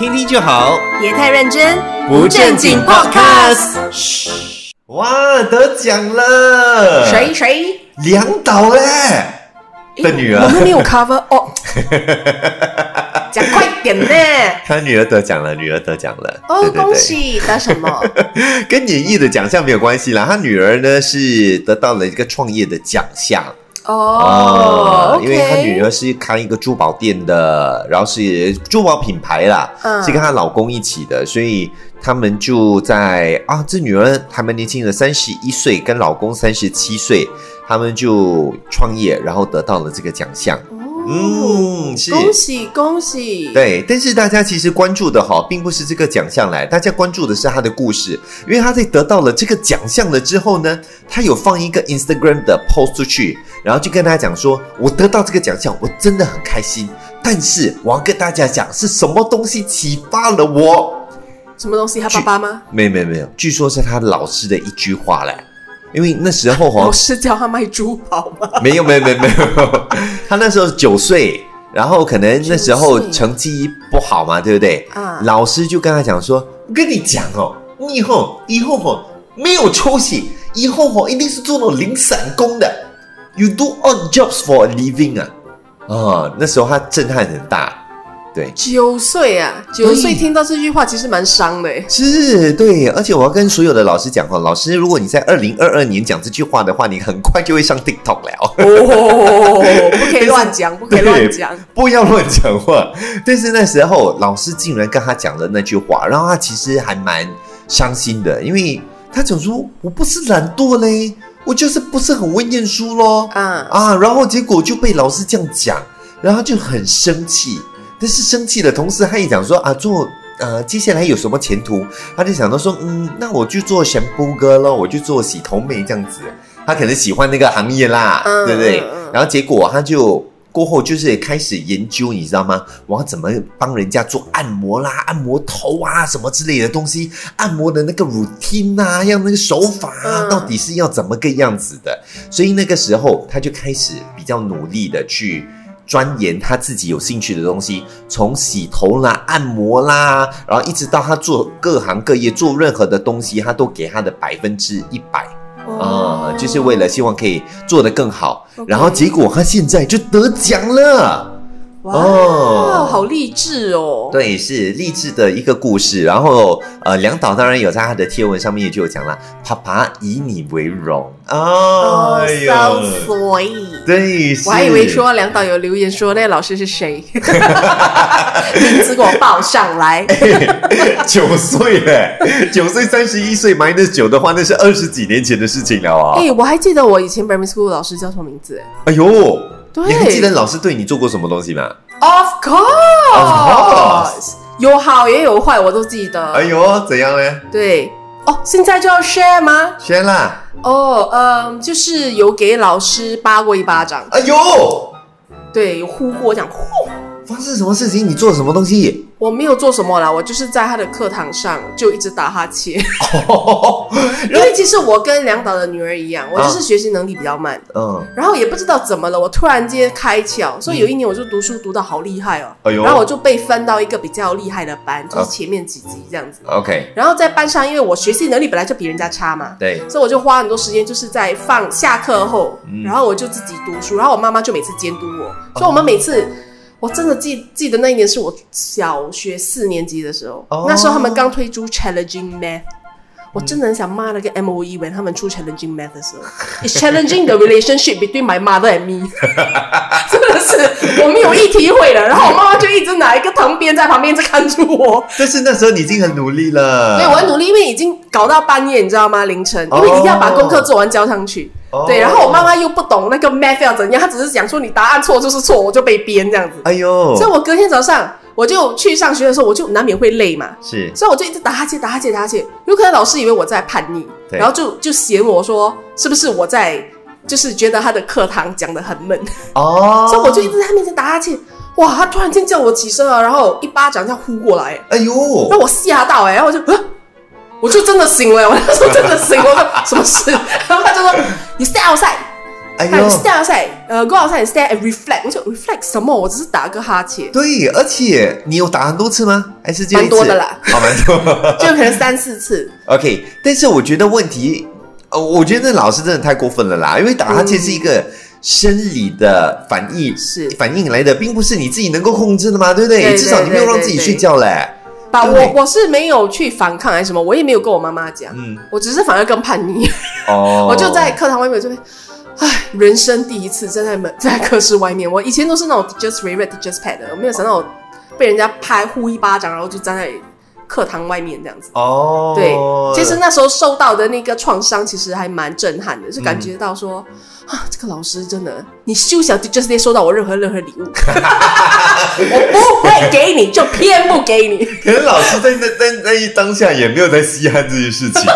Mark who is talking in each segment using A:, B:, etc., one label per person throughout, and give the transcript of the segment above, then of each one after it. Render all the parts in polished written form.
A: 听听就好，
B: 别太认真，
A: 不正经 Podcast。嘘，哇，得奖了！
B: 谁？
A: 梁导的女儿。
B: 我们没有 cover 哦。讲快点呢！
A: 他女儿得奖了，
B: 哦，对，恭喜！得什么？
A: 跟演艺的奖项没有关系啦。他女儿呢是得到了一个创业的奖项。因为她女儿是开一个珠宝店的，然后是珠宝品牌啦，是跟她老公一起的，所以他们就在这女儿还蛮年轻的，31岁，跟老公37岁，他们就创业，然后得到了这个奖项。是
B: 恭喜！
A: 对，但是大家其实关注的并不是这个奖项来，大家关注的是他的故事，因为他在得到了这个奖项了之后呢，他有放一个 Instagram 的 post 出去，然后就跟大家讲说，我得到这个奖项，我真的很开心，但是我要跟大家讲是什么东西启发了我。
B: 什么东西？他爸爸吗？
A: 没有，据说是他老师的一句话嘞。因为那时候
B: 老师教他卖珠宝吗？
A: 没有，他那时候9岁，然后可能那时候成绩不好嘛，对不对？老师就跟他讲说，我跟你讲你以后没有出息，以后一定是做那种零散工的 ，You do odd jobs for a living 那时候他震撼很大。对
B: ，9岁啊，9岁听到这句话其实蛮伤的耶。
A: 是，对，而且我要跟所有的老师讲老师，如果你在2022年讲这句话的话，你很快就会上 TikTok 了。
B: 不可以乱讲，不
A: 要乱讲话。但是那时候老师竟然跟他讲了那句话，然后他其实还蛮伤心的，因为他讲说，我不是懒惰嘞，我就是不是很会念书咯。然后结果就被老师这样讲，然后就很生气。但是生气的同时，他也讲说接下来有什么前途？他就想到说，那我就做shampoo布哥咯，我就做洗头妹这样子。他可能喜欢那个行业啦，对不对？然后结果他就过后就是开始研究，你知道吗？我要怎么帮人家做按摩啦、按摩头啊什么之类的东西，按摩的那个 routine 啊，要那个手法啊，到底是要怎么个样子的？所以那个时候他就开始比较努力的去钻研他自己有兴趣的东西，从洗头啦、按摩啦，然后一直到他做各行各业，做任何的东西，他都给他的100%，就是为了希望可以做得更好。然后结果他现在就得奖了。
B: 哇，好励志哦！
A: 对，是励志的一个故事。然后梁导当然有在他的贴文上面也就有讲啦，爸爸以你为荣。
B: so sweet。
A: 对，
B: 我还以为说梁导有留言说那个老师是谁，名字给我报上来。
A: 9岁嘞，9岁31岁 -9的话，那是20几年前的事情了
B: 我还记得我以前 primary school 老师叫什么名字？
A: 哎呦，你还记得老师对你做过什么东西吗？
B: Of course， 有好也有坏，我都记得。
A: 哎呦，怎样呢？
B: 对，现在就要 share 吗？
A: share 啦。
B: 就是有给老师扒过一巴掌。
A: 哎呦，
B: 对，有呼过，讲呼。
A: 发生什么事情？你做了什么东西？
B: 我没有做什么啦，我就是在他的课堂上就一直打哈欠。因为其实我跟梁导的女儿一样，我就是学习能力比较慢。然后也不知道怎么了，我突然间开窍，所以有一年我就读书读到好厉害然后我就被分到一个比较厉害的班，就是前面几级这样子。
A: OK。
B: 然后在班上，因为我学习能力本来就比人家差嘛，
A: 对，
B: 所以我就花很多时间就是在下课后，然后我就自己读书，然后我妈妈就每次监督我，所以我们每次。我真的记得那一年是我小学4年级的时候，那时候他们刚推出 Challenging Math， 我真的很想骂那个 MOE when 他们出 Challenging Math 的时候 ，It's challenging the relationship between my mother and me， 真的是我没有一体会了。然后我妈妈就一直拿一个藤鞭在旁边在看住我。
A: 但是那时候你已经很努力了。
B: 对，我很努力，因为已经搞到半夜，你知道吗？凌晨，因为一定要把功课做完交上去。对，然后我妈妈又不懂那个 math 要怎样，她只是讲说你答案错就是错，我就被编这样子。
A: 哎呦！
B: 所以我隔天早上我就去上学的时候，我就难免会累嘛，
A: 是，
B: 所以我就一直打哈欠。有可能老师以为我在叛逆，然后就嫌我说是不是我在就是觉得他的课堂讲得很闷所以我就一直在他面前打哈欠。哇，他突然间叫我起身了，然后一巴掌这样呼过来，
A: 哎呦，
B: 让我吓到然后我就真的醒了，我那时候真的醒了，我说什么事？然后他就说你 stay outside，
A: 哎呦
B: ，stand outside，go outside and stand and reflect。我说 reflect 什么？我只是打个哈欠。
A: 对，而且你有打很多次吗？还是就一次？
B: 蛮多的啦，
A: 好，蛮多，
B: 就可能3-4次。
A: OK， 但是我觉得问题，我觉得那老师真的太过分了啦，因为打哈欠是一个生理的反应来的，并不是你自己能够控制的嘛，对不对？
B: 对
A: 至少你没有让自己睡觉嘞。
B: 我是没有去反抗还是什么，我也没有跟我妈妈讲，我只是反而更叛逆。我就在课堂外面这边。人生第一次站在课室外面，我以前都是那种 just read just pad 的，我没有想到我被人家呼一巴掌，然后就站在课堂外面这样子。对，其实那时候受到的那个创伤其实还蛮震撼的，是感觉到说，这个老师真的，你休想 just day 收到我任何礼物，我不会给你，就偏不给你。
A: 可能老师在那一当下也没有在稀罕这件事情。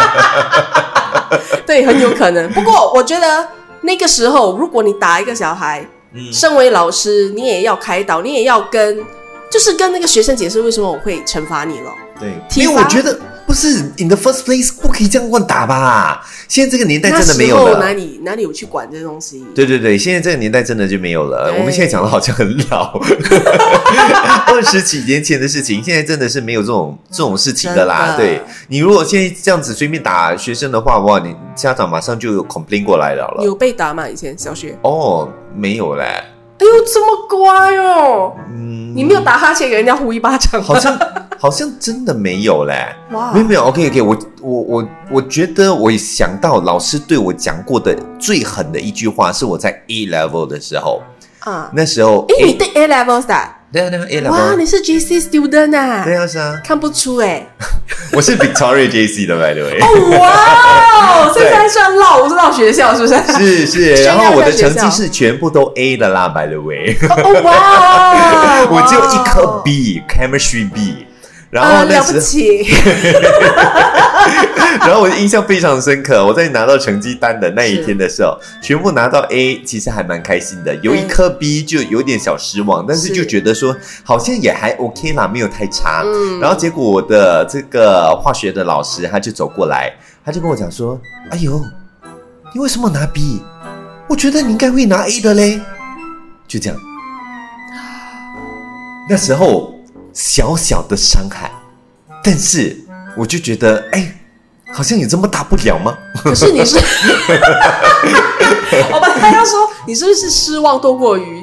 B: 对，很有可能。不过我觉得那个时候，如果你打一个小孩，身为老师，你也要开导，你也要跟那个学生解释为什么我会惩罚你了。
A: 对，因为我觉得不是 in the first place 不可以这样乱打吧？现在这个年代真的没有了。
B: 那时候哪里有去管这些东西？
A: 对，现在这个年代真的就没有了。我们现在讲的好像很老，20几年前的事情，现在真的是没有这种事情的啦。对，你如果现在这样子随便打学生的话，哇，你家长马上就有 complain 过来了。
B: 有被打吗？以前小学？
A: 没有嘞。
B: 哎呦，这么乖哦！你没有打哈欠给人家呼一巴掌吗？
A: 好像真的没有嘞。
B: 哇，
A: 没有 OK， 我觉得我想到老师对我讲过的最狠的一句话，是我在 A level 的时候那时候
B: 你对 A levels 的？
A: 对啊 A level。
B: 哇，你是 JC student 啊？
A: 对啊，是啊，
B: 看不出
A: 我是 Victoria JC 的 by the way。
B: 哇，现在算我是绕学校是不是？
A: 是，然后我的成绩是全部都 A 的啦 by the way。
B: 哇，
A: 我只有一科 B Chemistry B。然后
B: 了不起。
A: 然后我印象非常深刻，我在拿到成绩单的那一天的时候，全部拿到 A， 其实还蛮开心的。有一颗 B 就有点小失望，但是就觉得说好像也还 OK 啦，没有太差。然后结果我的这个化学的老师他就走过来，他就跟我讲说：“哎呦，你为什么拿 B？ 我觉得你应该会拿 A 的嘞。”就这样，那时候小小的伤害，但是我就觉得好像有这么大不了吗？
B: 可是你是我本来要说你是不是失望多过于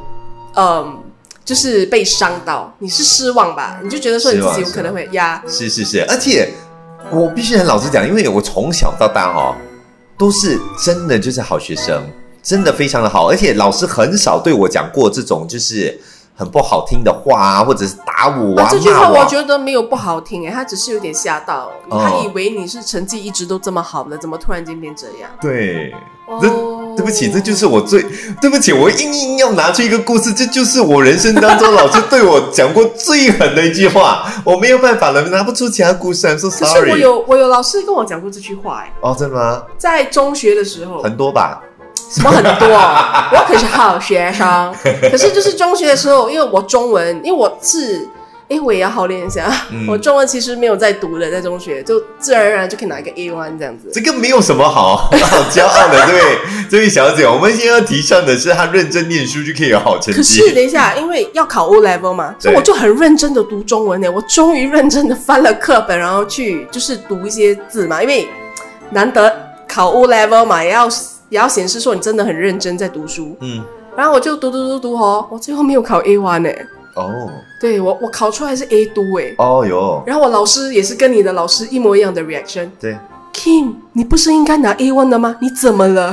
B: 就是被伤到，你是失望吧？你就觉得说你自己有可能会
A: 是，而且我必须很老实讲，因为我从小到大都是真的就是好学生，真的非常的好，而且老师很少对我讲过这种就是很不好听的话啊，或者是打我啊，
B: 这句话我觉得没有不好听他只是有点吓到，他以为你是成绩一直都这么好的，怎么突然间变这样？
A: 对，对不起，这就是我对不起，我硬要拿出一个故事，这就是我人生当中老师对我讲过最狠的一句话，我没有办法了，拿不出其他故事 ，I'm so sorry。
B: 可是我有老师跟我讲过这句话
A: 真的吗？在
B: 中学的时候，
A: 很多吧。
B: 什么很多我可是好学生。可是就是中学的时候，因为我中文，因为我是我也要好练一下，我中文其实没有在读的，在中学就自然而然就可以拿一个 A1 这样子。
A: 这个没有什么好骄傲的，这位小姐，我们现在要提倡的是她认真念书就可以有好成绩。
B: 可是等一下，因为要考 O level 嘛，所以我就很认真的读中文我终于认真的翻了课本，然后去就是读一些字嘛，因为难得考 O level 嘛，也要显示说你真的很认真在读书。然后我就读我最后没有考 A1 对，我考出来是 A2
A: 哟。然
B: 后我老师也是跟你的老师一模一样的 reaction。
A: 对
B: ，Kim， 你不是应该拿 A1 的吗？你怎么了？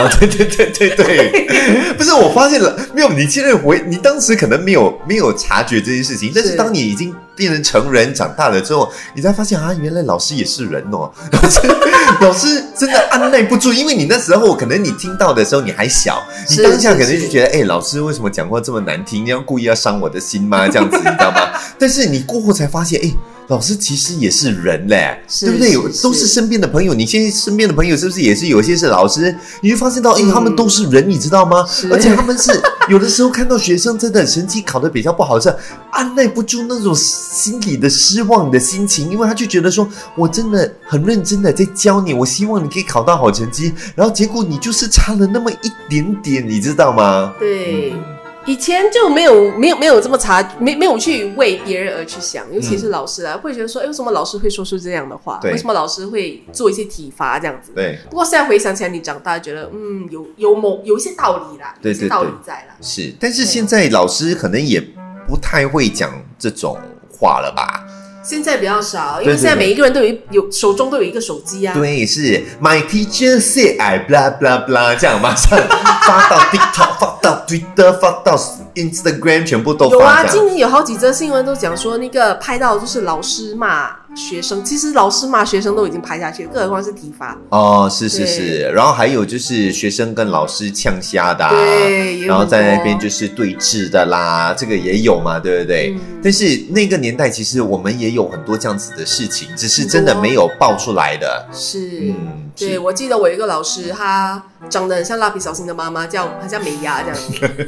A: 对，不是我发现了没有？你现在你当时可能没有察觉这件事情，但是当你已经变成成人长大了之后，你才发现原来老师也是人老师真的按耐不住，因为你那时候可能你听到的时候你还小，你当下可能就觉得老师为什么讲话这么难听？你要故意要伤我的心吗？这样子你知道吗？但是你过后才发现老师其实也是人嘞，对不对？都是身边的朋友，你现在身边的朋友是不是也是有些是老师？你就发现到他们都是人，你知道吗？而且他们是有的时候看到学生真的成绩考得比较不好，是按耐不住那种心里的失望的心情，因为他就觉得说我真的很认真的在教你，我希望你可以考到好成绩，然后结果你就是差了那么一点点，你知道吗？
B: 对。以前就没有这么没有去为别人而去想，尤其是老师啊，会觉得说，为什么老师会说出这样的话？为什么老师会做一些体罚这样子？
A: 对。
B: 不过现在回想起来，你长大觉得，有一些道理啦，
A: 对，
B: 有些道理在啦。
A: 是，但是现在老师可能也不太会讲这种话了吧？
B: 现在比较少，因为现在每一个人都有手中都有一个手机啊。
A: 对，是 My teacher said I blah blah blah， 这样马上发到 TikTok， 发到 Twitter， 发到 Instagram， 全部都发。有
B: 啊，今年有好几则新闻都讲说，那个拍到就是老师骂学生，其实老师骂学生都已经拍下去了，更何况是体罚。
A: 哦，是，然后还有就是学生跟老师呛瞎的，
B: 对，
A: 然后在那边就是对峙的啦，这个也有嘛，对不对？但是那个年代其实我们也有很多这样子的事情，只是真的没有爆出来的。
B: 是，对，我记得我有一个老师，他长得很像蜡笔小新的妈妈，他叫美伢这样子。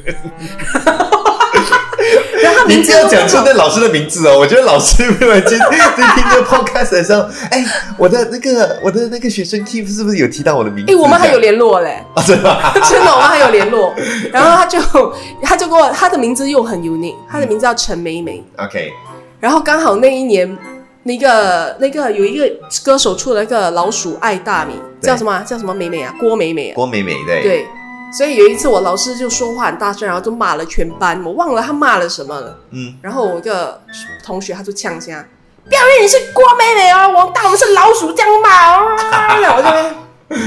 B: 然后他名字
A: 你不要讲出那老师的名字哦，我觉得老师突然间在听这个 podcast 的时候，我的那个学生 Keith 是不是有提到我的名字？
B: 我们还有联络嘞，
A: 真的吗？
B: 真的，我们还有联络。然后他就跟我，他的名字又很 unique， 他的名字叫陈美美。
A: OK。
B: 然后刚好那一年，那个有一个歌手出了一个老鼠爱大米，叫什么美美啊？郭美美啊？
A: 郭美美
B: 对。所以有一次我老师就说话很大声，然后就骂了全班，我忘了他骂了什么了。然后我一个同学他就呛声，不要以为你是郭美美哦，我当我们是老鼠这样骂哦。我就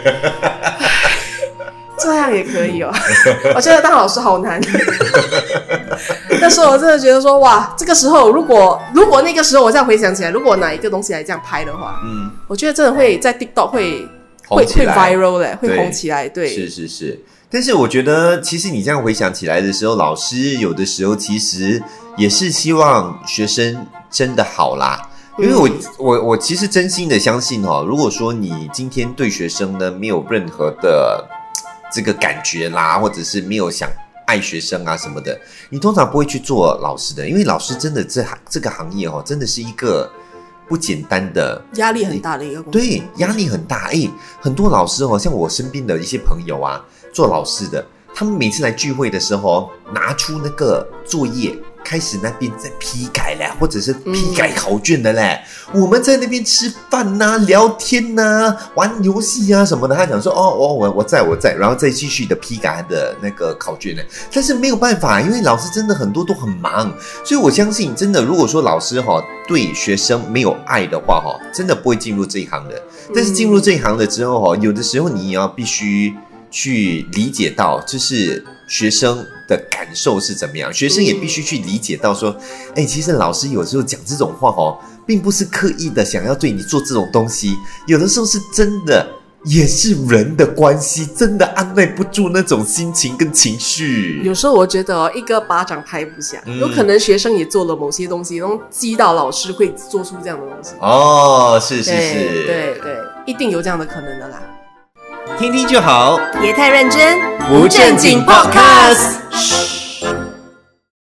B: 这样也可以哦。我觉得当老师好难。那时候我真的觉得说，哇，这个时候如果那个时候我这样回想起来，如果拿一个东西来这样拍的话，我觉得真的会在 TikTok 会 viral 的，会红起来。对，
A: 是。但是我觉得，其实你这样回想起来的时候，老师有的时候其实也是希望学生真的好啦。因为我其实真心的相信如果说你今天对学生呢没有任何的这个感觉啦，或者是没有想爱学生啊什么的，你通常不会去做老师的。因为老师真的这个行业真的是一个不简单的，
B: 压力很大的一个工作。
A: 对，压力很大。很多老师像我身边的一些朋友啊，做老师的，他们每次来聚会的时候拿出那个作业，开始那边在批改嘞，或者是批改考卷的嘞。我们在那边吃饭啊、聊天啊、玩游戏啊什么的。他讲说我在，然后再继续的批改他的那个考卷呢。但是没有办法，因为老师真的很多都很忙，所以我相信真的，如果说老师对学生没有爱的话真的不会进入这一行的。但是进入这一行了之后有的时候你也要必须去理解到，就是学生的感受是怎么样，学生也必须去理解到说，其实老师有时候讲这种话并不是刻意的想要对你做这种东西，有的时候是真的，也是人的关系，真的按耐不住那种心情跟情绪。
B: 有时候我觉得一个巴掌拍不响，有可能学生也做了某些东西，然后激到老师会做出这样的东西。是，对，一定有这样的可能的啦。
A: 听听就好，
B: 别太认真，
A: 不正经 Podcast。